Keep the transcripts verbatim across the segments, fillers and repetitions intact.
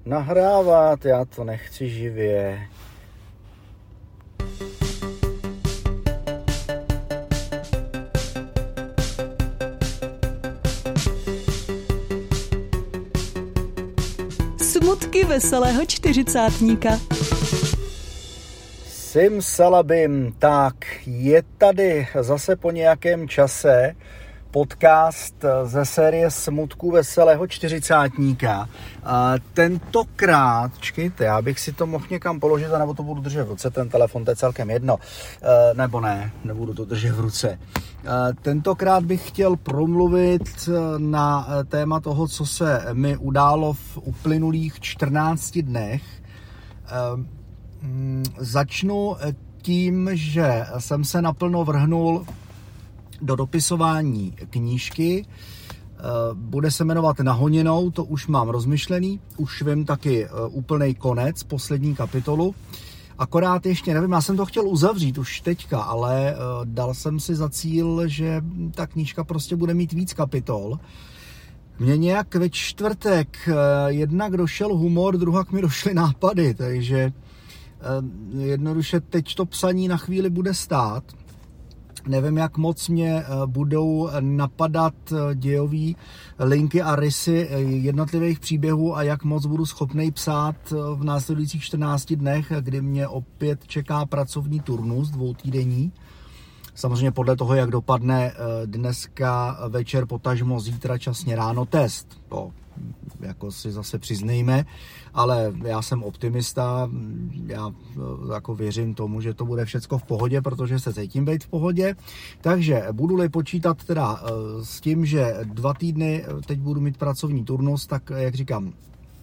nahrávat, já to nechci živě. Smutky veselého čtyřicátníka. Sim salabim, tak je tady zase po nějakém čase podcast ze série Smutků veselého čtyřicátníka. A tentokrát, čekejte, já bych si to mohl někam položit, nebo to budu držet v ruce, ten telefon, to je celkem jedno. E, nebo ne, nebudu to držet v ruce. E, tentokrát bych chtěl promluvit na téma toho, co se mi událo v uplynulých čtrnácti dnech. E, Začnu tím, že jsem se naplno vrhnul do dopisování knížky. Bude se jmenovat Nahoněnou, to už mám rozmyšlený. Už vím taky úplnej konec, poslední kapitolu. Akorát ještě nevím, já jsem to chtěl uzavřít už teďka, ale dal jsem si za cíl, že ta knížka prostě bude mít víc kapitol. Mně nějak ve čtvrtek jednak došel humor, druhak mi došly nápady, takže jednoduše teď to psaní na chvíli bude stát. Nevím, jak moc mě budou napadat dějový linky a rysy jednotlivých příběhů a jak moc budu schopnej psát v následujících čtrnácti dnech, kdy mě opět čeká pracovní turnus dvoutýdenní. Samozřejmě podle toho, jak dopadne dneska večer, potažmo zítra časně ráno test. To jako si zase přiznejme, ale já jsem optimista, já jako věřím tomu, že to bude všecko v pohodě, protože se cítím být v pohodě, takže budu-li počítat teda s tím, že dva týdny teď budu mít pracovní turnus, tak jak říkám,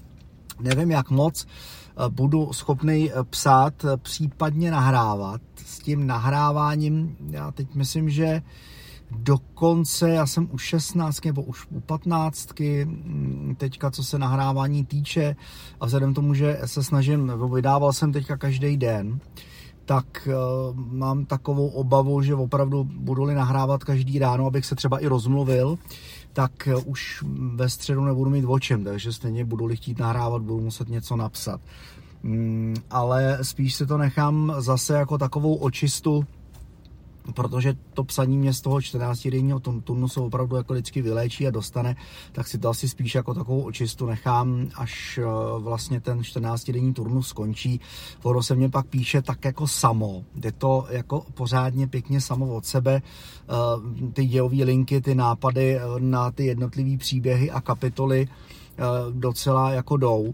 nevím jak moc budu schopnej psát, případně nahrávat. S tím nahráváním, já teď myslím, že dokonce, já jsem u šestnáctky nebo už u patnáctky teďka, co se nahrávání týče, a vzhledem tomu, že se snažím, vydával jsem teďka každý den, tak uh, mám takovou obavu, že opravdu budu-li nahrávat každý ráno, abych se třeba i rozmluvil, tak uh, už ve středu nebudu mít o čem, takže stejně budu-li chtít nahrávat, budu muset něco napsat. Mm, ale spíš si to nechám zase jako takovou očistu, protože to psaní mě z toho čtrnáctidenního turnusu opravdu jako vždycky vyléčí a dostane, tak si to asi spíš jako takovou očistu nechám, až vlastně ten čtrnáctidenní turnus skončí. Ono se mě pak píše tak jako samo, jde to jako pořádně pěkně samo od sebe, ty dějové linky, ty nápady na ty jednotlivé příběhy a kapitoly docela jako jdou.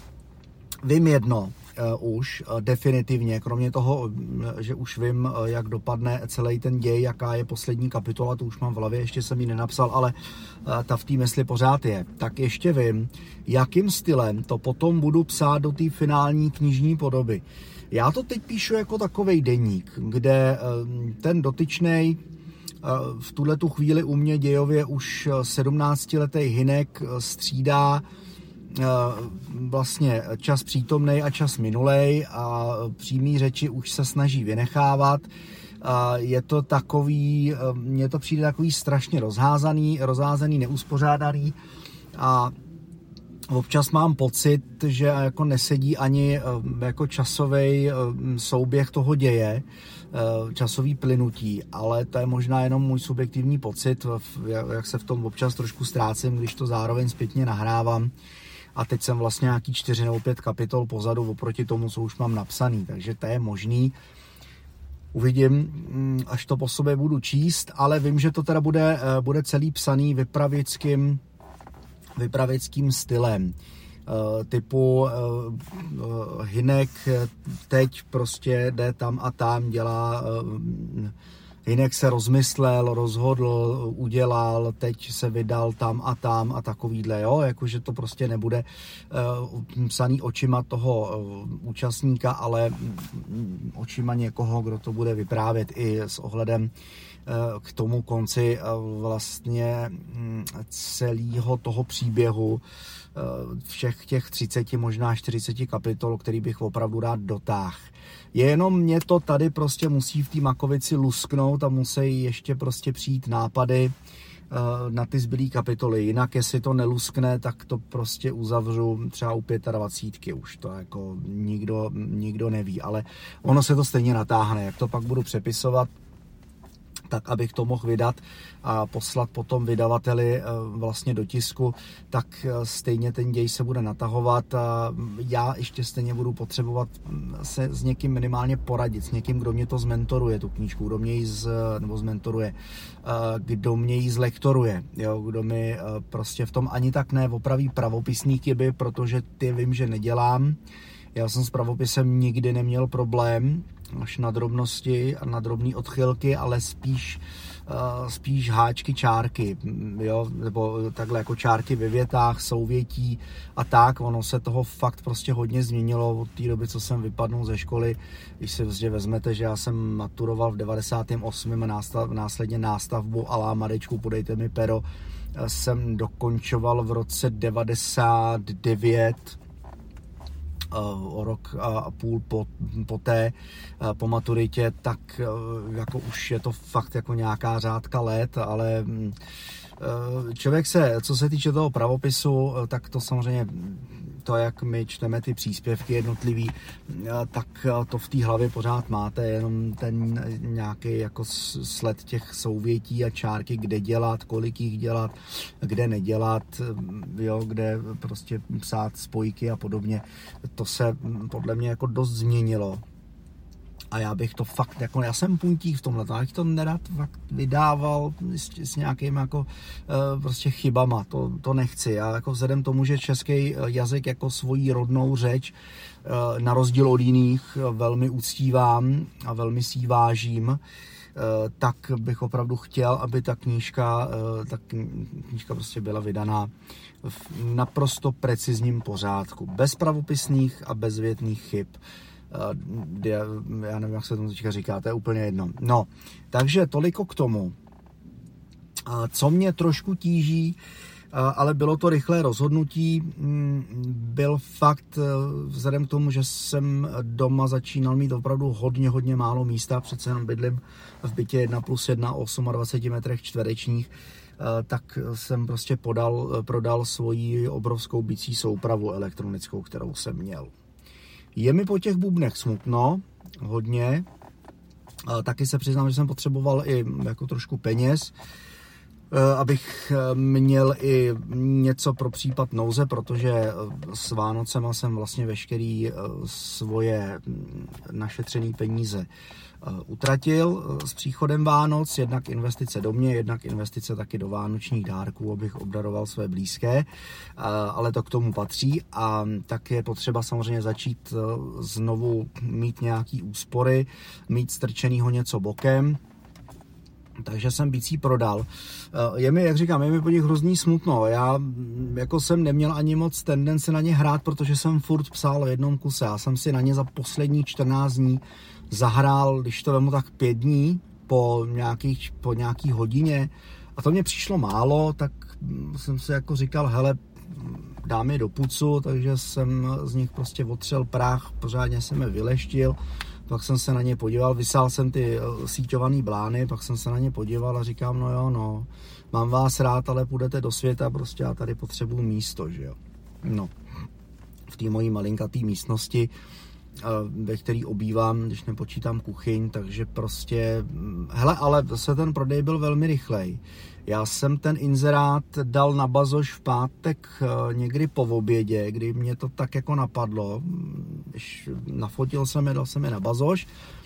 Vím jedno, Uh, už uh, definitivně, kromě toho, že už vím, uh, jak dopadne celý ten děj, jaká je poslední kapitola, to už mám v hlavě, ještě jsem ji nenapsal, ale uh, ta v té mysli pořád je. Tak ještě vím, jakým stylem to potom budu psát do té finální knižní podoby. Já to teď píšu jako takovej deník, kde uh, ten dotyčnej uh, v tuhletu chvíli u mě dějově už sedmnáctiletý Hynek uh, střídá vlastně čas přítomnej a čas minulej a přímý řeči už se snaží vynechávat. Je to takový, mně to přijde takový strašně rozházaný, rozházený, neuspořádaný a občas mám pocit, že jako nesedí ani jako časový souběh toho děje, časový plynutí, ale to je možná jenom můj subjektivní pocit, jak se v tom občas trošku ztrácím, když to zároveň zpětně nahrávám. A teď jsem vlastně nějaký čtyři nebo pět kapitol pozadu oproti tomu, co už mám napsaný, takže to je možný. Uvidím, až to po sobě budu číst, ale vím, že to teda bude, bude celý psaný vypravěckým, vypravěckým stylem. Typu Hynek teď prostě jde tam a tam, dělá... Hynek se rozmyslel, rozhodl, udělal, teď se vydal tam a tam a takovýhle, jo, jakože to prostě nebude uh, psaný očima toho uh, účastníka, ale um, očima někoho, kdo to bude vyprávět i s ohledem uh, k tomu konci uh, vlastně um, celého toho příběhu, uh, všech těch třiceti, možná čtyřiceti kapitol, který bych opravdu rád dotáhl. Jenom mě to tady prostě musí v té makovici lusknout a musí ještě prostě přijít nápady na ty zbylý kapitoly. Jinak, jestli to neluskne, tak to prostě uzavřu třeba u dvacítky už. To jako nikdo, nikdo neví, ale ono se to stejně natáhne. Jak to pak budu přepisovat, tak abych to mohl vydat a poslat potom vydavateli vlastně do tisku, tak stejně ten děj se bude natahovat a já ještě stejně budu potřebovat se s někým minimálně poradit, s někým, kdo mě to zmentoruje, tu knížku, kdo mě ji z, nebo zmentoruje, kdo mě ji zlektoruje, jo, kdo mi prostě v tom ani tak ne opraví pravopisný chyby, protože ty vím, že nedělám. Já jsem s pravopisem nikdy neměl problém, až na drobnosti a na drobné odchylky, ale spíš, uh, spíš háčky, čárky, jo, nebo takhle jako čárky ve větách, souvětí a tak. Ono se toho fakt prostě hodně změnilo od té doby, co jsem vypadnul ze školy. Když si vlastně vezmete, že já jsem maturoval v devadesátém osmém a nástav, následně nástavbu a lámadečku, podejte mi pero, jsem dokončoval v roce devadesát devět, o rok a půl po, poté, po maturitě, tak jako už je to fakt jako nějaká řádka let, ale člověk se, co se týče toho pravopisu, tak to samozřejmě to, jak my čteme ty příspěvky jednotlivý, tak to v té hlavě pořád máte, jenom ten nějaký jako sled těch souvětí a čárky, kde dělat, kolik jich dělat, kde nedělat, jo, kde prostě psát spojky a podobně. To se podle mě jako dost změnilo. A já bych to fakt, jako já jsem puntík v tomhle, já bych to nerad fakt vydával s, s nějakými jako uh, prostě chybama, to, to nechci. Já jako vzhledem tomu, že český jazyk jako svoji rodnou řeč, uh, na rozdíl od jiných, uh, velmi uctívám a velmi si ji vážím, uh, tak bych opravdu chtěl, aby ta knížka, uh, ta knížka prostě byla vydaná v naprosto precizním pořádku, bez pravopisných a bezvětných chyb. Já nevím, jak se tomu teďka říká, to je úplně jedno. No, takže toliko k tomu. Co mě trošku tíží, ale bylo to rychlé rozhodnutí, byl fakt, vzhledem k tomu, že jsem doma začínal mít opravdu hodně, hodně málo místa, přece jenom bydlím v bytě jedna plus jedna, dvacet osm metrech čtverečních, tak jsem prostě podal, prodal svoji obrovskou bicí soupravu elektronickou, kterou jsem měl. Je mi po těch bubnech smutno, hodně. Taky se přiznám, že jsem potřeboval i jako trošku peněz, abych měl i něco pro případ nouze, protože s Vánocema jsem vlastně veškerý svoje našetřené peníze utratil s příchodem Vánoc, jednak investice do mě, jednak investice taky do vánočních dárků, abych obdaroval své blízké, ale to k tomu patří a tak je potřeba samozřejmě začít znovu mít nějaký úspory, mít strčenýho něco bokem, takže jsem bicí prodal. Je mi, jak říkám, je mi po nich hrozný smutno. Já jako jsem neměl ani moc tendence na ně hrát, protože jsem furt psal v jednom kuse. Já jsem si na ně za poslední čtrnáct dní zahrál, když to vemu, tak pět dní po nějakých, po nějaký hodině. A to mě přišlo málo, tak jsem si jako říkal, hele, dám je do pucu, takže jsem z nich prostě otřel prach, pořádně jsem je vyleštil. Pak jsem se na ně podíval, vysál jsem ty síťovaný blány, pak jsem se na ně podíval a říkám, no jo, no, mám vás rád, ale půjdete do světa, prostě já tady potřebuju místo, že jo. No, v té mojí malinkatý místnosti, ve který obývám, když nepočítám kuchyň, takže prostě, hele, ale se ten prodej byl velmi rychlej. Já jsem ten inzerát dal na bazoš v pátek někdy po obědě, kdy mě to tak jako napadlo, když nafotil jsem je, dal jsem je na bazoš.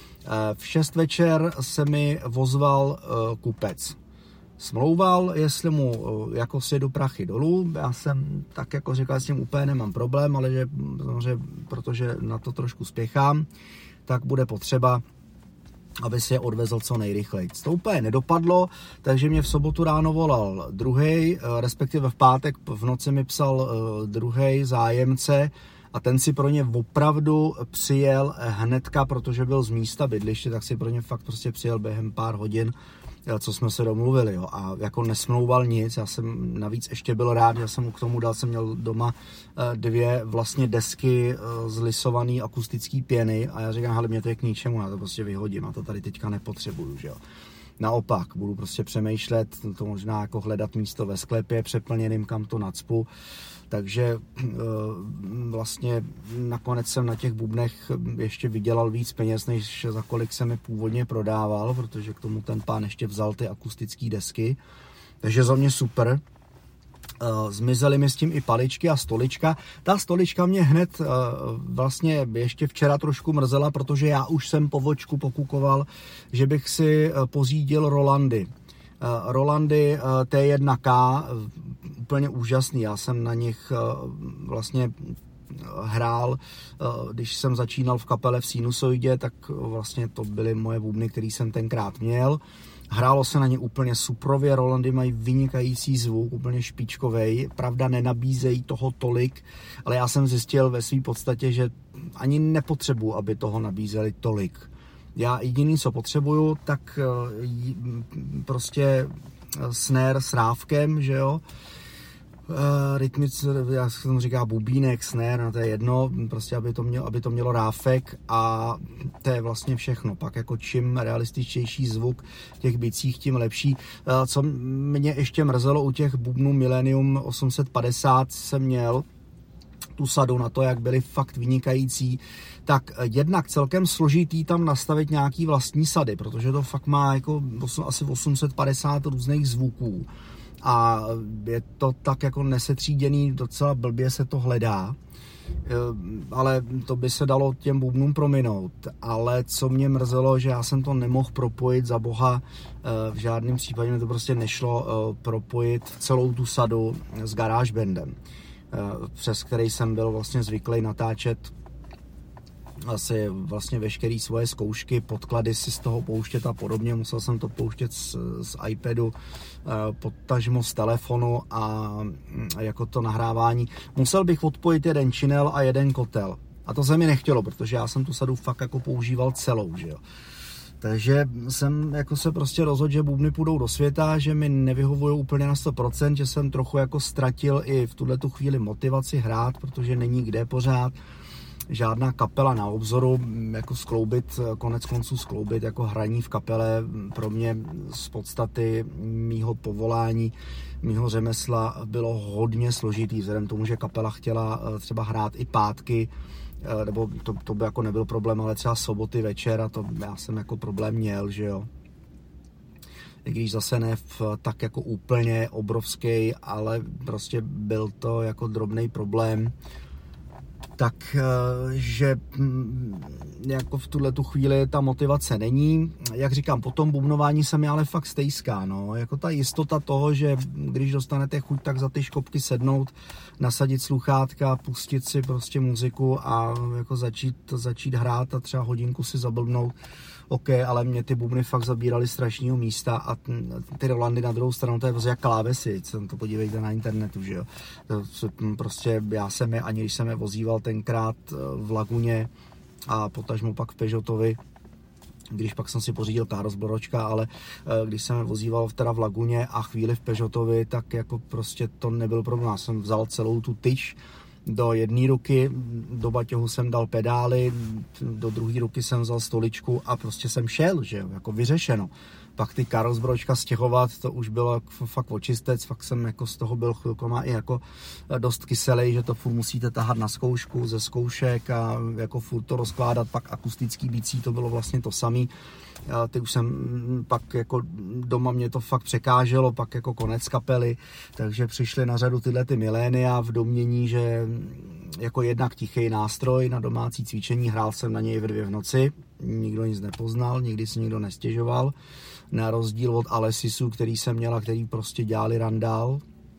V šest večer se mi ozval kupec. Smlouval, jestli mu jako sjedu prachy dolů, já jsem tak jako říkal, s tím úplně nemám problém, ale že, protože na to trošku spěchám, tak bude potřeba, aby si je odvezl co nejrychleji. To úplně nedopadlo, takže mě v sobotu ráno volal druhej, respektive v pátek v noci mi psal druhej zájemce a ten si pro ně opravdu přijel hnedka, protože byl z místa bydliště, tak si pro ně fakt prostě přijel během pár hodin, co jsme se domluvili, jo. A jako nesmlouval nic, já jsem navíc ještě byl rád, že jsem mu k tomu dal, jsem měl doma dvě vlastně desky z lisovaný akustický pěny a já říkám, hele, mě to je k ničemu, já to prostě vyhodím, a to tady teďka nepotřebuju, že jo. naopak, budu prostě přemýšlet, to možná jako hledat místo ve sklepě přeplněným, kam to nacpu. Takže vlastně nakonec jsem na těch bubnech ještě vydělal víc peněz, než za kolik jsem je původně prodával, protože k tomu ten pán ještě vzal ty akustické desky. Takže za mě super. Zmizely mi s tím i paličky a stolička. Ta stolička mě hned vlastně ještě včera trošku mrzela, protože já už jsem po vočku pokukoval, že bych si pořídil Rolandy. Rolandy T jedna K, úplně úžasný, já jsem na nich vlastně hrál, když jsem začínal v kapele v Sinusoidě, tak vlastně to byly moje bubny, které jsem tenkrát měl. Hrálo se na ně úplně suprově, Rolandy mají vynikající zvuk, úplně špičkovej, pravda nenabízejí toho tolik, ale já jsem zjistil ve své podstatě, že ani nepotřebuji, aby toho nabízeli tolik. Já jediný, co potřebuju, tak prostě snare s rávkem, že jo, rytmic, jak se tomu říká, bubínek, snare, no to je jedno, prostě aby to, mělo, aby to mělo rávek a to je vlastně všechno. Pak jako čím realističtější zvuk těch bicích, tím lepší. Co mě ještě mrzelo u těch bubnů Millennium osm set padesát jsem měl tu sadu na to, jak byly fakt vynikající, tak jednak celkem složitý tam nastavit nějaký vlastní sady, protože to fakt má jako asi osm set padesát různých zvuků a je to tak jako nesetříděný, docela blbě se to hledá, ale to by se dalo těm bubnům prominout. Ale co mě mrzelo, že já jsem to nemohl propojit, za boha, v žádném případě mi to prostě nešlo propojit celou tu sadu s GarageBandem, přes který jsem byl vlastně zvyklý natáčet asi vlastně veškeré svoje zkoušky, podklady si z toho pouštět a podobně. Musel jsem to pouštět z, z iPadu, potažmo z telefonu a jako to nahrávání. Musel bych odpojit jeden channel a jeden kotel. A to se mi nechtělo, protože já jsem tu sadu fakt jako používal celou, že jo. Takže jsem jako se prostě rozhodl, že bubny půjdou do světa, že mi nevyhovují úplně na sto procent, že jsem trochu jako ztratil i v tuhletu chvíli motivaci hrát, protože není kde pořád. Žádná kapela na obzoru, jako skloubit, konec konců skloubit jako hraní v kapele pro mě z podstaty mýho povolání, mýho řemesla bylo hodně složitý, vzhledem tomu, že kapela chtěla třeba hrát i pátky, nebo to, to by jako nebyl problém, ale třeba soboty večer a to já jsem jako problém měl, že jo. I když zase ne v tak jako úplně obrovský, ale prostě byl to jako drobný problém. Tak, že jako v tuhletu chvíli ta motivace není. Jak říkám, po tom bubnování se mi ale fakt stejská, no. Jako ta jistota toho, že když dostanete chuť, tak za ty škopky sednout, nasadit sluchátka, pustit si prostě muziku a jako začít, začít hrát a třeba hodinku si zablbnout. OK, ale mě ty bubny fakt zabíraly strašného místa a ty Rolandy na druhou stranu, to je prostě jak klávesy, to podívejte na internetu, že jo. To prostě já jsem je, ani když jsem je vozíval tenkrát v Laguně a potažmo pak v Peugeotovi, když pak jsem si pořídil Karlsboročka, ale když jsem je vozíval teda v Laguně a chvíli v Peugeotovi, tak jako prostě to nebyl problém. Já jsem vzal celou tu tyč do jedné ruky, do baťohu jsem dal pedály, do druhé ruky jsem vzal stoličku a prostě jsem šel, že jo, jako vyřešeno. Pak ty Karlsbročka stěhovat, to už bylo fakt očistec, fakt jsem jako z toho byl chvilkoma i jako dost kyselej, že to furt musíte tahat na zkoušku, ze zkoušek a jako furt to rozkládat, pak akustický bicí, to bylo vlastně to samý. Ty už jsem pak jako doma mě to fakt překáželo, pak jako konec kapely, takže přišly na řadu tyhle ty Millennia v domění, že jako jednak tichý nástroj na domácí cvičení, hrál jsem na něj v dvě v noci, nikdo nic nepoznal, nikdy si nikdo nestěžoval, na rozdíl od Alessisu, který jsem měl a který prostě dělali randál.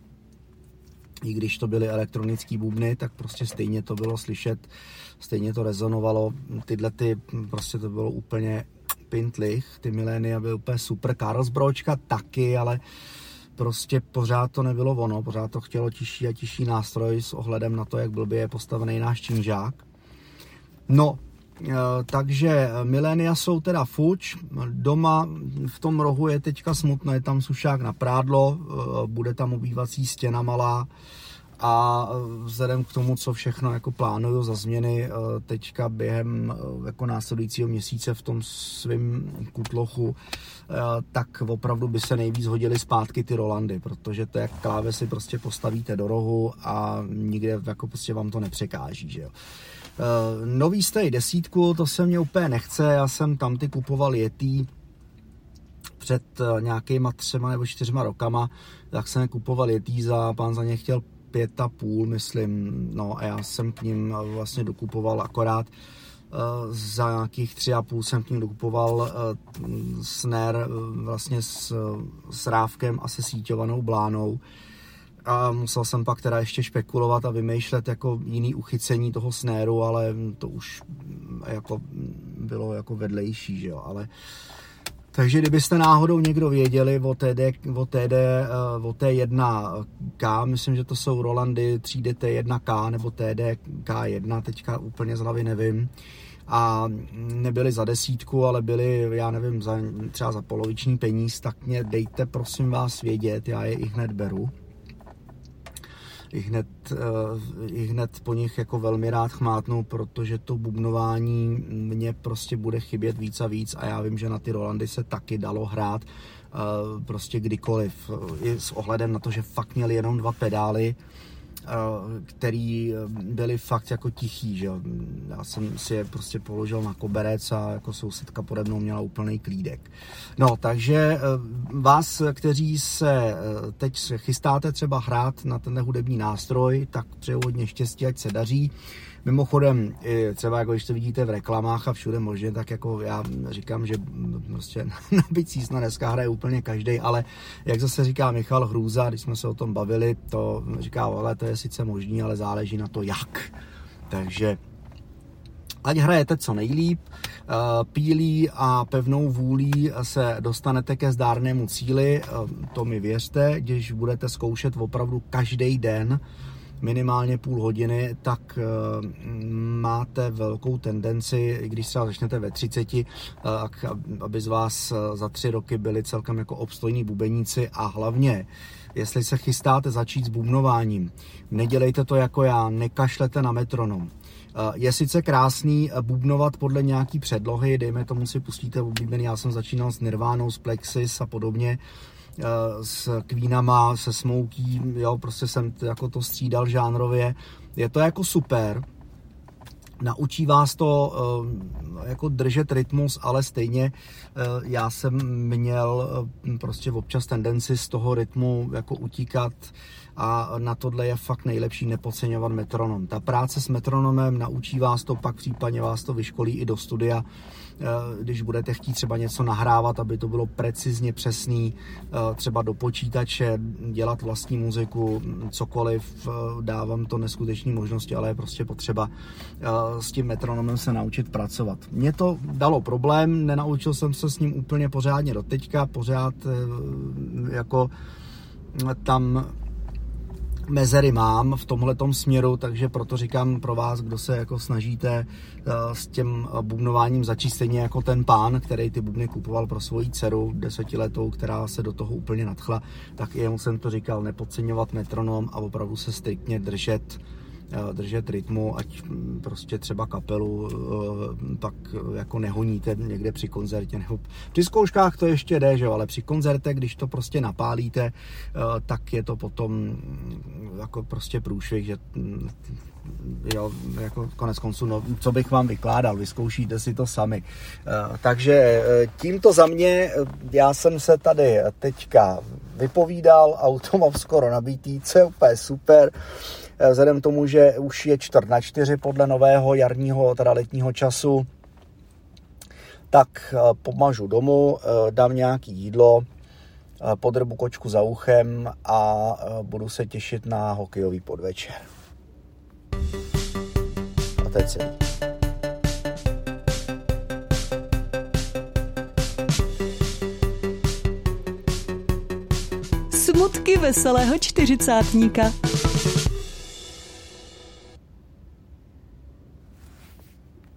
I když to byly elektronický bubny, tak prostě stejně to bylo slyšet, stejně to rezonovalo. Tyhle ty, prostě to bylo úplně pintlich, ty Millennia byly úplně super, Karlsbročka taky, ale prostě pořád to nebylo ono, pořád to chtělo tišší a tišší nástroj s ohledem na to, jak blbě je postavený náš činžák. No, takže Millennia jsou teda fuč, doma v tom rohu je teďka smutno, je tam sušák na prádlo, bude tam obývací stěna malá A vzhledem k tomu, co všechno jako plánuju za změny teďka během jako následujícího měsíce v tom svým kutlochu, tak opravdu by se nejvíc hodily zpátky ty Rolandy, protože to jak klávesy prostě postavíte do rohu a nikde jako prostě vám to nepřekáží, že jo. Nový Stay desítku, to se mě úplně nechce, já jsem tam ty kupoval Yeti před nějakýma třema nebo čtyřma rokama, tak jsem kupoval Yeti za, pán za ně chtěl pět a půl, myslím, no a já jsem k ním vlastně dokupoval akorát za nějakých tři a půl jsem k ním dokupoval snare vlastně s, s rávkem a se síťovanou blánou. A musel jsem pak teda ještě špekulovat a vymýšlet jako jiný uchycení toho snéru, ale to už jako bylo jako vedlejší, že jo, ale takže kdybyste náhodou někdo věděli o té, o té, o té jedna ká, myslím, že to jsou Rolandy tři dé té jedna ká nebo té dé ká jedna, teďka úplně z hlavy nevím, a nebyly za desítku, ale byly, já nevím, za, třeba za poloviční peníz, tak mě dejte prosím vás vědět, já je i hned beru. I hned, i hned po nich jako velmi rád chmátnu, protože to bubnování mě prostě bude chybět víc a víc a já vím, že na ty Rolandy se taky dalo hrát prostě kdykoliv. I s ohledem na to, že fakt měli jenom dva pedály, který byly fakt jako tichý, že já jsem si je prostě položil na koberec a jako sousedka pode mnou měla úplný klídek. No, takže vás, kteří se teď chystáte třeba hrát na tenhle hudební nástroj, tak přeju hodně štěstí, ať se daří. Mimochodem, třeba jako když to vidíte v reklamách a všude možně, tak jako já říkám, že prostě na bicí snad dneska hraje úplně každej, ale jak zase říká Michal Hrůza, když jsme se o tom bavili, to říká, ale to je sice možný, ale záleží na to jak. Takže ať hrajete co nejlíp, pílí a pevnou vůlí se dostanete ke zdárnému cíli, to mi věřte, když budete zkoušet opravdu každý den, minimálně půl hodiny, tak uh, máte velkou tendenci, když se začnete ve třiceti, uh, aby z vás uh, za tři roky byli celkem jako obstojní bubeníci a hlavně, jestli se chystáte začít s bubnováním, nedělejte to jako já, nekašlete na metronom. Uh, je sice krásný bubnovat podle nějaký předlohy, dejme tomu si pustíte oblíbený, já jsem začínal s Nirvánou, s Plexis a podobně, s Queenama, se Smokey, jo, prostě jsem jako to střídal žánrově. Je to jako super, naučí vás to jako držet rytmus, ale stejně já jsem měl prostě občas tendenci z toho rytmu jako utíkat a na tohle je fakt nejlepší nepodceňovat metronom. Ta práce s metronomem naučí vás to, pak případně vás to vyškolí i do studia, když budete chtít třeba něco nahrávat, aby to bylo precizně přesný, třeba do počítače, dělat vlastní muziku, cokoliv, dávám to neskutečné možnosti, ale je prostě potřeba s tím metronomem se naučit pracovat. Mně to dalo problém, nenaučil jsem se s ním úplně pořádně do teďka, pořád jako tam mezery mám v tomhletom směru, takže proto říkám pro vás, kdo se jako snažíte s tím bubnováním začít stejně jako ten pán, který ty bubny kupoval pro svoji dceru desetiletou, která se do toho úplně nadchla, tak jemu jsem to říkal, nepodceňovat metronom a opravdu se striktně držet držet rytmu, ať prostě třeba kapelu pak jako nehoníte někde při koncertě, nebo při zkouškách to ještě jde, že? Ale při koncertě, když to prostě napálíte, tak je to potom jako prostě průšvih, že jo, jako konec konců, no, co bych vám vykládal, vyzkoušíte si to sami. Takže tímto za mě, já jsem se tady teďka vypovídal, auto mám skoro nabitý, co je úplně super, vzhledem tomu, že už je čtvrt na čtyři podle nového jarního, teda letního času, tak pomažu domů, dám nějaký jídlo, podrbu kočku za uchem a budu se těšit na hokejový podvečer. A to je celý. Smutky veselého čtyřicátníka.